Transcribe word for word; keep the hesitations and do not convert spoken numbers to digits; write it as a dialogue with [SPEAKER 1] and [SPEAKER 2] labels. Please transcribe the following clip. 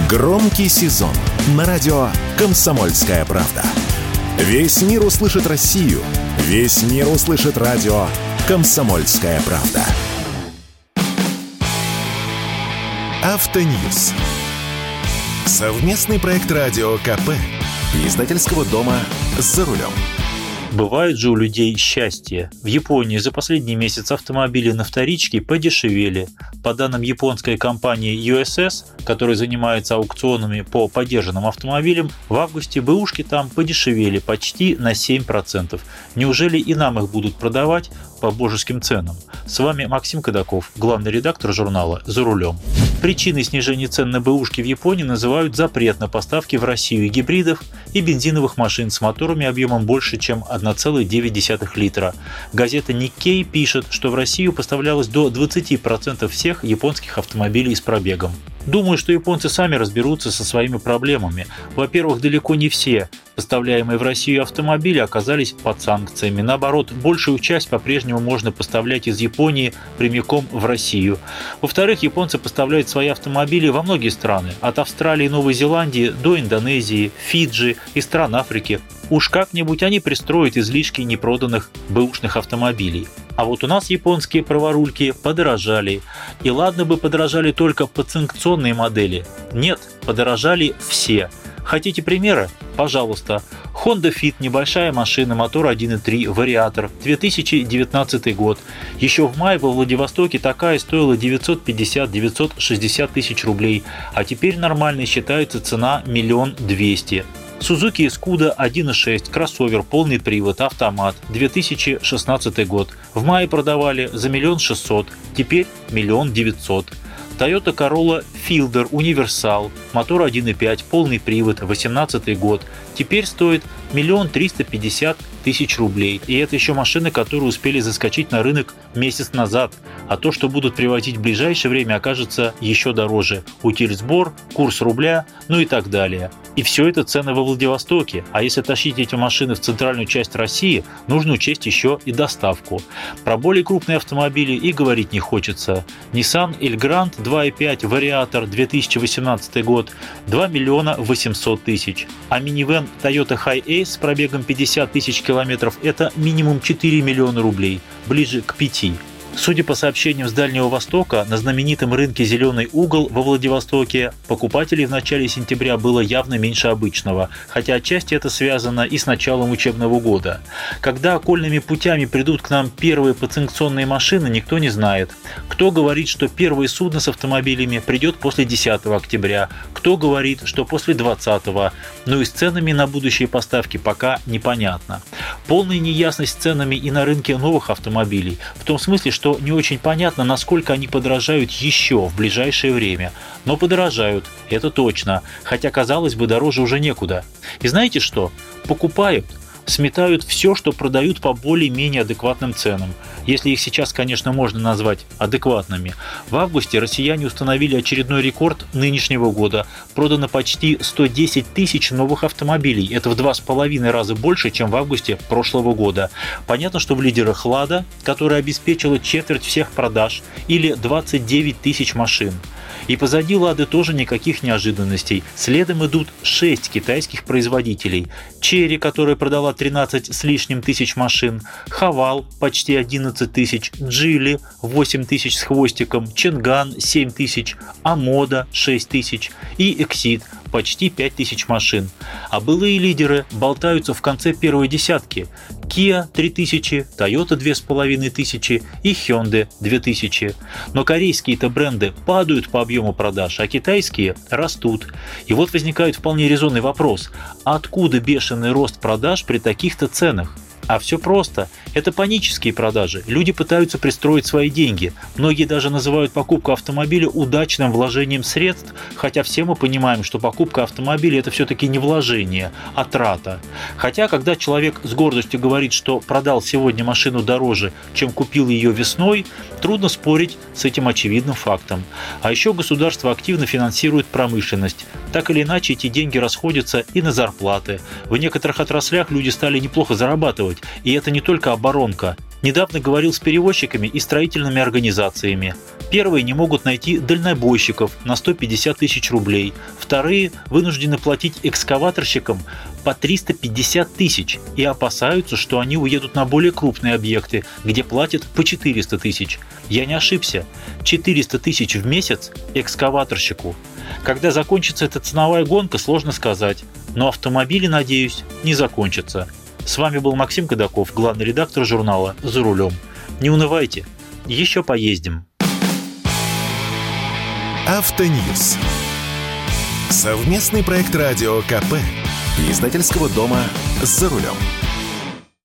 [SPEAKER 1] Громкий сезон на радио «Комсомольская правда». Весь мир услышит Россию. Весь мир услышит радио «Комсомольская правда». Автоньюз. Совместный проект радио КП и издательского дома «За рулем».
[SPEAKER 2] Бывает же у людей счастье. В Японии за последний месяц автомобили на вторичке подешевели. По данным японской компании ю эс эс, которая занимается аукционами по подержанным автомобилям, в августе бэушки там подешевели почти на семь процентов. Неужели и нам их будут продавать по божеским ценам? С вами Максим Кадаков, главный редактор журнала «За рулем». Причиной снижения цен на бэушки в Японии называют запрет на поставки в Россию гибридов и бензиновых машин с моторами объемом больше, чем одна целая девять десятых литра. Газета Nikkei пишет, что в Россию поставлялось до двадцати процентов всех японских автомобилей с пробегом. Думаю, что японцы сами разберутся со своими проблемами. Во-первых, далеко не все поставляемые в Россию автомобили оказались под санкциями. Наоборот, большую часть по-прежнему можно поставлять из Японии прямиком в Россию. Во-вторых, японцы поставляют свои автомобили во многие страны, от Австралии и Новой Зеландии до Индонезии, Фиджи и стран Африки. Уж как-нибудь они пристроят излишки непроданных бэушных автомобилей. А вот у нас японские праворульки подорожали. И ладно бы подорожали только подсанкционные модели. Нет, подорожали все. Хотите примеры? Пожалуйста. Honda Fit, небольшая машина, мотор один и три, вариатор, две тысячи девятнадцатый год. Еще в мае во Владивостоке такая стоила девятьсот пятьдесят - девятьсот шестьдесят тысяч рублей, а теперь нормальной считается цена миллион двести. Suzuki Scuda один и шесть, кроссовер, полный привод, автомат, две тысячи шестнадцатый год. В мае продавали за миллион шестьсот, теперь миллион девятьсот. Toyota Corolla Fielder Универсал, мотор один и пять, полный привод, восемнадцатый год. Теперь стоит миллион триста пятьдесят тысяч рублей. И это еще машины, которые успели заскочить на рынок месяц назад. А то, что будут привозить в ближайшее время, окажется еще дороже. Утильсбор, курс рубля, ну и так далее. И все это цены во Владивостоке. А если тащить эти машины в центральную часть России, нужно учесть еще и доставку. Про более крупные автомобили и говорить не хочется. Nissan Elgrand два и пять, вариатор, две тысячи восемнадцатый год, два миллиона восемьсот тысяч. А минивэн Toyota Hi-Ace с пробегом пятьдесят тысяч километров – это минимум четыре миллиона рублей, ближе к пяти. Судя по сообщениям с Дальнего Востока, на знаменитом рынке «Зеленый угол» во Владивостоке покупателей в начале сентября было явно меньше обычного, хотя отчасти это связано и с началом учебного года. Когда окольными путями придут к нам первые подсанкционные машины, никто не знает. Кто говорит, что первое судно с автомобилями придет после десятого октября, кто говорит, что после двадцатого, но и с ценами на будущие поставки пока непонятно. Полная неясность с ценами и на рынке новых автомобилей, в том смысле, что не очень понятно, насколько они подорожают еще в ближайшее время. Но подорожают, это точно, хотя, казалось бы, дороже уже некуда. И знаете что? Покупают, сметают все, что продают по более-менее адекватным ценам. Если их сейчас, конечно, можно назвать адекватными. В августе россияне установили очередной рекорд нынешнего года. Продано почти сто десять тысяч новых автомобилей. Это в два с половиной раза больше, чем в августе прошлого года. Понятно, что в лидерах «Лада», которая обеспечила четверть всех продаж, или двадцать девять тысяч машин. И позади «Лады» тоже никаких неожиданностей. Следом идут шесть китайских производителей. «Черри», которая продала тринадцать с лишним тысяч машин, «Хавал» почти одиннадцать тысяч, «Джили» восемь тысяч с хвостиком, «Ченган» семь тысяч, «Амода» шесть тысяч и «Эксид» почти пять тысяч машин. А былые лидеры болтаются в конце первой десятки. Kia три тысячи, Toyota две с половиной тысячи и Hyundai две тысячи. Но корейские-то бренды падают по объему продаж, а китайские растут. И вот возникает вполне резонный вопрос: откуда бешеный рост продаж при таких-то ценах? А все просто. Это панические продажи. Люди пытаются пристроить свои деньги. Многие даже называют покупку автомобиля удачным вложением средств, хотя все мы понимаем, что покупка автомобиля – это все-таки не вложение, а трата. Хотя, когда человек с гордостью говорит, что продал сегодня машину дороже, чем купил ее весной, трудно спорить с этим очевидным фактом. А еще государство активно финансирует промышленность. Так или иначе, эти деньги расходятся и на зарплаты. В некоторых отраслях люди стали неплохо зарабатывать. И это не только оборонка. Недавно говорил с перевозчиками и строительными организациями. Первые не могут найти дальнобойщиков на сто пятьдесят тысяч рублей. Вторые вынуждены платить экскаваторщикам по триста пятьдесят тысяч и опасаются, что они уедут на более крупные объекты, где платят по четыреста тысяч. Я не ошибся. четыреста тысяч в месяц экскаваторщику. Когда закончится эта ценовая гонка, сложно сказать. Но автомобили, надеюсь, не закончатся. С вами был Максим Кадаков, главный редактор журнала «За рулем». Не унывайте, еще поездим.
[SPEAKER 1] Автоньюз. Совместный проект радио ка пэ и издательского дома «За рулем».